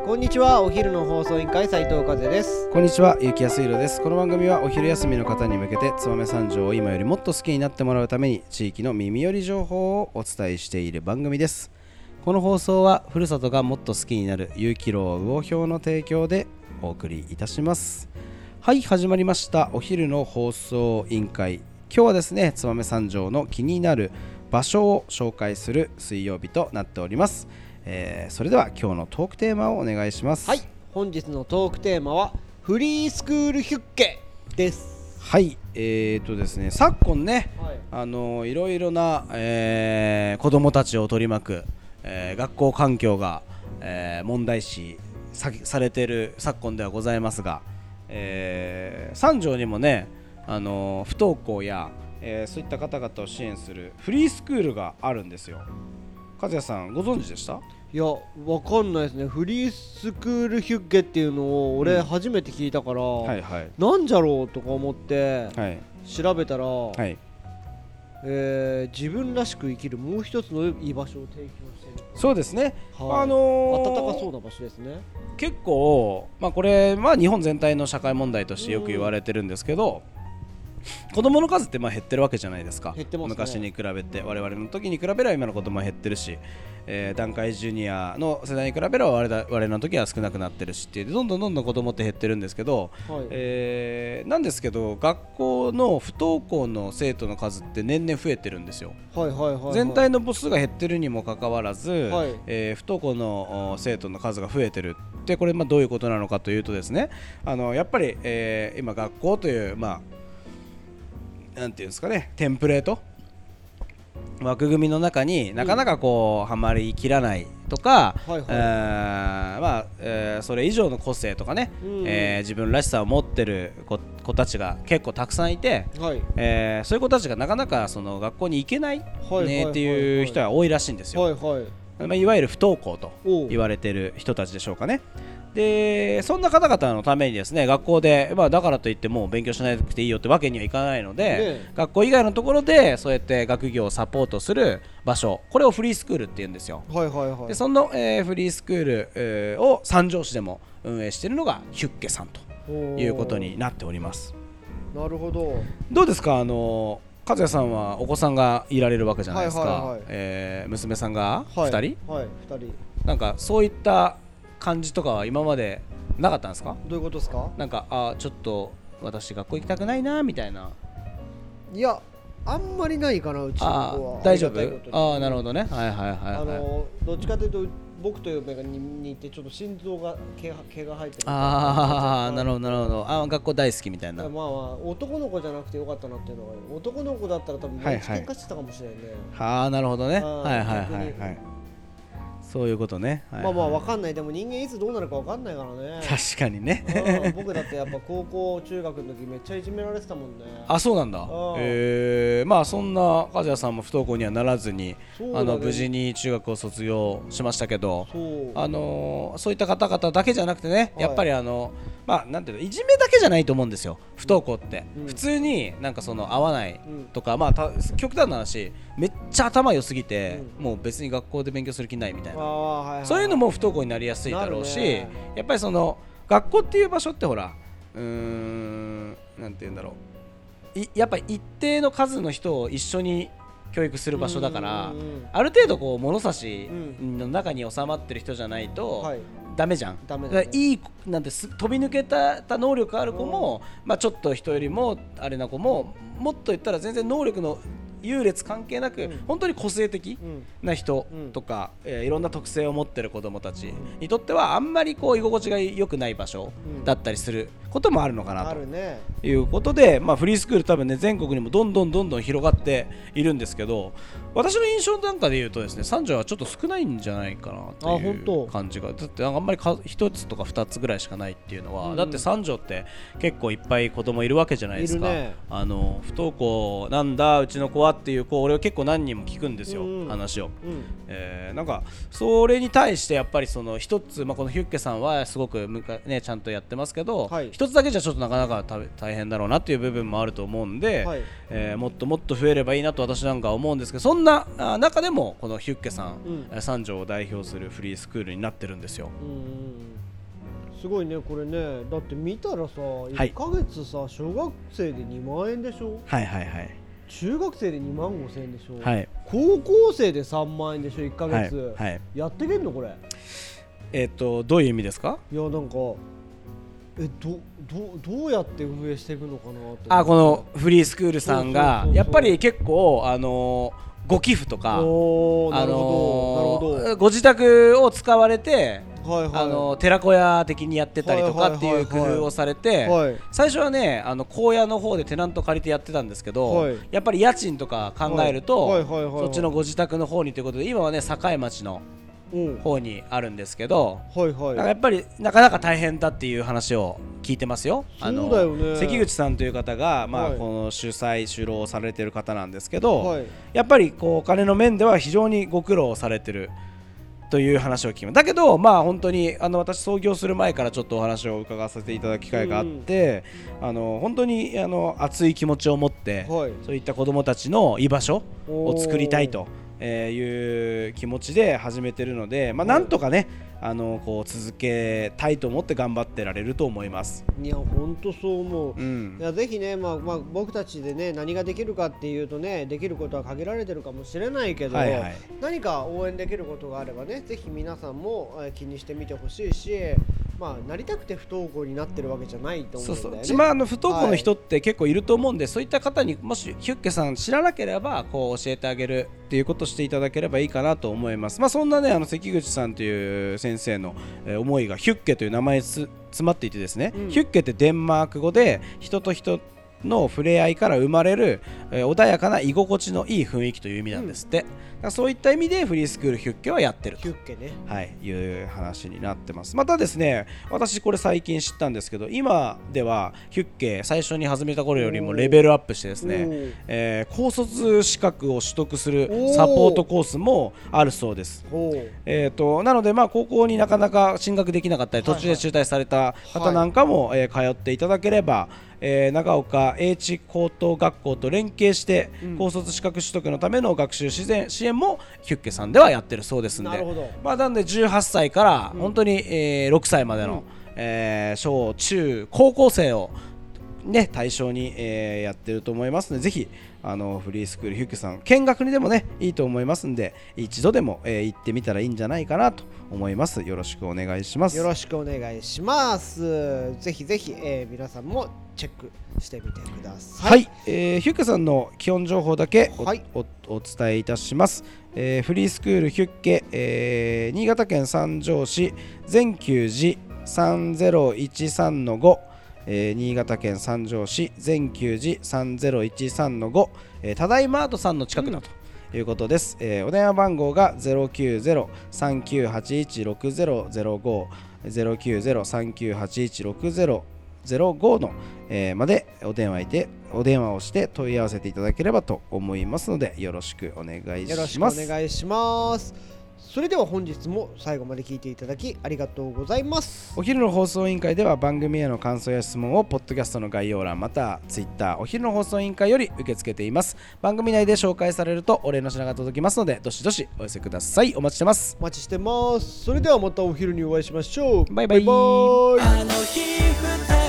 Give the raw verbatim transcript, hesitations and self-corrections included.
こんにちは。お昼の放送委員会斉藤和です。 こんにちは、ゆうきやすいろです。この番組はお昼休みの方に向けて燕三条を今よりもっと好きになってもらうために地域の耳寄り情報をお伝えしている番組です。この放送はふるさとがもっと好きになる有機楼魚評の提供でお送りいたします。はい、始まりましたお昼の放送委員会。今日はですね、燕三条の気になる場所を紹介する水曜日となっております。えー、それでは今日のトークテーマをお願いします。 はい、本日のトークテーマはフリースクールヒュッケです。 はい、えーとですね、昨今ね、 はい、 あのいろいろな、えー、子どもたちを取り巻く、えー、学校環境が、えー、問題視 さ, されている昨今ではございますが、えー、三条にもね、あの不登校や、えー、そういった方々を支援するフリースクールがあるんですよ。和也さんご存知でした？ いや、わかんないですね。フリースクールヒュッケっていうのを俺初めて聞いたから、うん、はいはい、なんじゃろうとか思って調べたら、はい、えー、自分らしく生きるもう一つの居場所を提供している。 そうですね、 はい、あのー、暖かそうな場所ですね。 結構、まあ、これは日本全体の社会問題としてよく言われてるんですけど、子供の数ってまあ減ってるわけじゃないですか。 減ってますね。 昔に比べて我々の時に比べれば今の子供は減ってるし、えー、団塊ジュニアの世代に比べれば我々, 我々の時は少なくなってるしっていうどんどんどんどん子供って減ってるんですけど、はい、えー、なんですけど学校の不登校の生徒の数って年々増えてるんですよ。 はいはいはいはい、 全体の母数が減ってるにもかかわらず、はい、えー、不登校の生徒の数が増えてるってこれまあどういうことなのかというとですね、あのやっぱり、えー、今学校というまあなんていうんですかね、テンプレート枠組みの中になかなかこう、うん、はまりきらないとか、はいはい、えーまあえー、それ以上の個性とかね、うん、えー、自分らしさを持ってる 子, 子たちが結構たくさんいて、はい、えー、そういう子たちがなかなかその学校に行けない、ね、っていう人が多いらしいんですよ。はいはい、まあ、いわゆる不登校と言われている人たちでしょうかね。でそんな方々のためにですね、学校で、まあ、だからといってもう勉強しなくていいよってわけにはいかないので、ね、学校以外のところでそうやって学業をサポートする場所、これをフリースクールって言うんですよ。はいはいはい、でその、えー、フリースクール、えー、を三条市でも運営しているのがヒュッケさんということになっております。 なるほど。 どうですか、あの和也さんはお子さんがいられるわけじゃないですか。はいはいはい、えー、娘さんがふたり、 はいはい、ふたり、 なんかそういった感じとかは今までなかったんですか？ どういうことですか？ なんかあちょっと私学校行きたくないなみたいな。 いや、あんまりないかな、うちの子は。 大丈夫？ああ、なるほどね。はいはいはい、はい、 あのどっちかというと僕と嫁がにいてちょっと心臓が毛が毛が生えてる。 ああ、なるほどなるほど。あ、学校大好きみたいな。 まあまあ男の子じゃなくてよかったなっていうのが、男の子だったら多分毎日喧嘩してたかもしれないね。 はあ、なるほどね。はいはいはいはい。そういうことね。 はいはい、まあまあ分かんない。でも人間いつどうなるか分かんないからね。 確かにね。 僕だってやっぱ高校中学の時めっちゃいじめられてたもんね。 あ、そうなんだ。えー、まあそんな和也さんも不登校にはならずに、あの無事に中学を卒業しましたけど、そう、あのー、そういった方々だけじゃなくてね、はい、やっぱりあのまあなんていうの、いじめだけじゃないと思うんですよ、不登校って、うん、普通になんかその合わないとか、うん、まあた極端な話めっちゃ頭良すぎて、うん、もう別に学校で勉強する気ないみたいな、はいはい、そういうのも不登校になりやすいだろうし、ね、やっぱりその学校っていう場所ってほら、うーん、なんていうんだろう、いやっぱり一定の数の人を一緒に教育する場所だから、うんうんうん、ある程度こう物差しの中に収まってる人じゃないと、はい、ダメじゃん。ダメだね。いいなんてす飛び抜けた能力ある子も、まあ、ちょっと人よりもあれな子も、もっと言ったら全然能力の優劣関係なく、うん、本当に個性的な人とか、うん、えー、いろんな特性を持ってる子どもたちにとってはあんまりこう居心地が良くない場所だったりすることもあるのかなということで、まあ、フリースクール多分ね全国にもどんどんどんどん広がっているんですけど、私の印象なんかで言うとですね、三条はちょっと少ないんじゃないかなという感じが。だってあんまり一つとか二つぐらいしかないっていうのは、うん、だって三条って結構いっぱい子供いるわけじゃないですか。いるね。あの不登校なんだうちの子はっていうこう俺は結構何人も聞くんですよ、うん、話を、うんえー、なんかそれに対してやっぱりその一つ、まあ、このヒュッケさんはすごくむか、ね、ちゃんとやってますけど、はい、一つだけじゃちょっとなかなか大変だろうなっていう部分もあると思うんで、はいえー、もっともっと増えればいいなと私なんかは思うんですけど、そんな中でもこのヒュッケさん、うん、三条を代表するフリースクールになってるんですよ。 うんすごいねこれね。だって見たらさいっかげつさ、はい、小学生でにまんえんでしょ。 はいはいはい。 中学生でにまんごせんえんでしょ、 はい、 高校生でさんまんえんでしょいっかげつ、 はいはい、 やってけんのこれ。 えっとどういう意味ですか。 いやなんかえどどどうやって運営していくのかなと。 あこのフリースクールさんがやっぱり結構あのーご寄付とか、あのー、ご自宅を使われて、はいはい、あの寺子屋的にやってたりとかっていう工夫をされて、はい、最初はねあの荒野の方でテナント借りてやってたんですけど、はい、やっぱり家賃とか考えると、はいはいはいはい、そっちのご自宅の方にということで今はね境町の方にあるんですけど、はいはい、やっぱりなかなか大変だっていう話を聞いてますよ。 そうだよね。 関口さんという方が、まあはい、この主催主導されている方なんですけど、はい、やっぱりこうお金の面では非常にご苦労されてるという話を聞きます。だけどまあ本当にあの私創業する前からちょっとお話を伺わせていただく機会があって、うん、あの本当にあの熱い気持ちを持って、はい、そういった子どもたちの居場所を作りたいとえー、いう気持ちで始めてるので、まあ、なんとかね、あのこう続けたいと思って頑張ってられると思います。 いや本当そう思う、うん、いやぜひね、まあまあ、僕たちでね何ができるかっていうとねできることは限られてるかもしれないけど、はいはい、何か応援できることがあればねぜひ皆さんも気にしてみてほしいし、まあ、なりたくて不登校になってるわけじゃないと思うんだよね。 そうそう、まあ、あの不登校の人って結構いると思うんで、はい、そういった方にもしヒュッケさん知らなければこう教えてあげるっていうことをしていただければいいかなと思います。まあ、そんなねあの関口さんという先生の、えー、思いがヒュッケという名前に詰まっていてですね、うん、ヒュッケってデンマーク語で人と人の触れ合いから生まれる、えー、穏やかな居心地のいい雰囲気という意味なんですって、うん、だからそういった意味でフリースクールヒュッケはやってると、 ヒュッケね、 はい、いう話になってます。またですね私これ最近知ったんですけど今ではヒュッケ最初に始めた頃よりもレベルアップしてですね、えー、高卒資格を取得するサポートコースもあるそうです。えー、となのでまあ高校になかなか進学できなかったり途中で中退された方なんかも、はいはいえー、通っていただければえー、長岡英知高等学校と連携して、うん、高卒資格取得のための学習支援、支援もヒュッケさんではやってるそうですので、なるほど、まあ、なんでじゅうはっさいから本当に、うんえー、ろくさいまでの、うんえー、小中高校生を、ね、対象に、えー、やってると思いますのでぜひあのフリースクールヒュッケさん見学にでもねいいと思いますんで一度でも、えー、行ってみたらいいんじゃないかなと思います。よろしくお願いします。 よろしくお願いします。ぜひぜひ、えー、皆さんもチェックしてみてください。 はい、えー、ヒュッケさんの基本情報だけ お,、はい、お, お伝えいたします。えー、フリースクールヒュッケ、えー、新潟県三条市善久寺さんぜろいちさんのごえー、新潟県三条市善久寺さんぜろいちさんのご、えー、ただいまーとさんの近くだということです、うんえー、お電話番号が ゼロきゅうゼロ さんきゅうはちいちろくゼロゼロご ゼロきゅうゼロ さんきゅうはちいちろくゼロゼロごの、えー、までお電話いてお電話をして問い合わせていただければと思いますのでよろしくお願いします。 よろしくお願いします。それでは本日も最後まで聞いていただきありがとうございます。 お昼の放送委員会では番組への感想や質問をポッドキャストの概要欄またはツイッターお昼の放送委員会より受け付けています。番組内で紹介されるとお礼の品が届きますのでどしどしお寄せください。お待ちしてます。 お待ちしてます。それではまたお昼にお会いしましょう。 バイバイ。バイバイ。あの日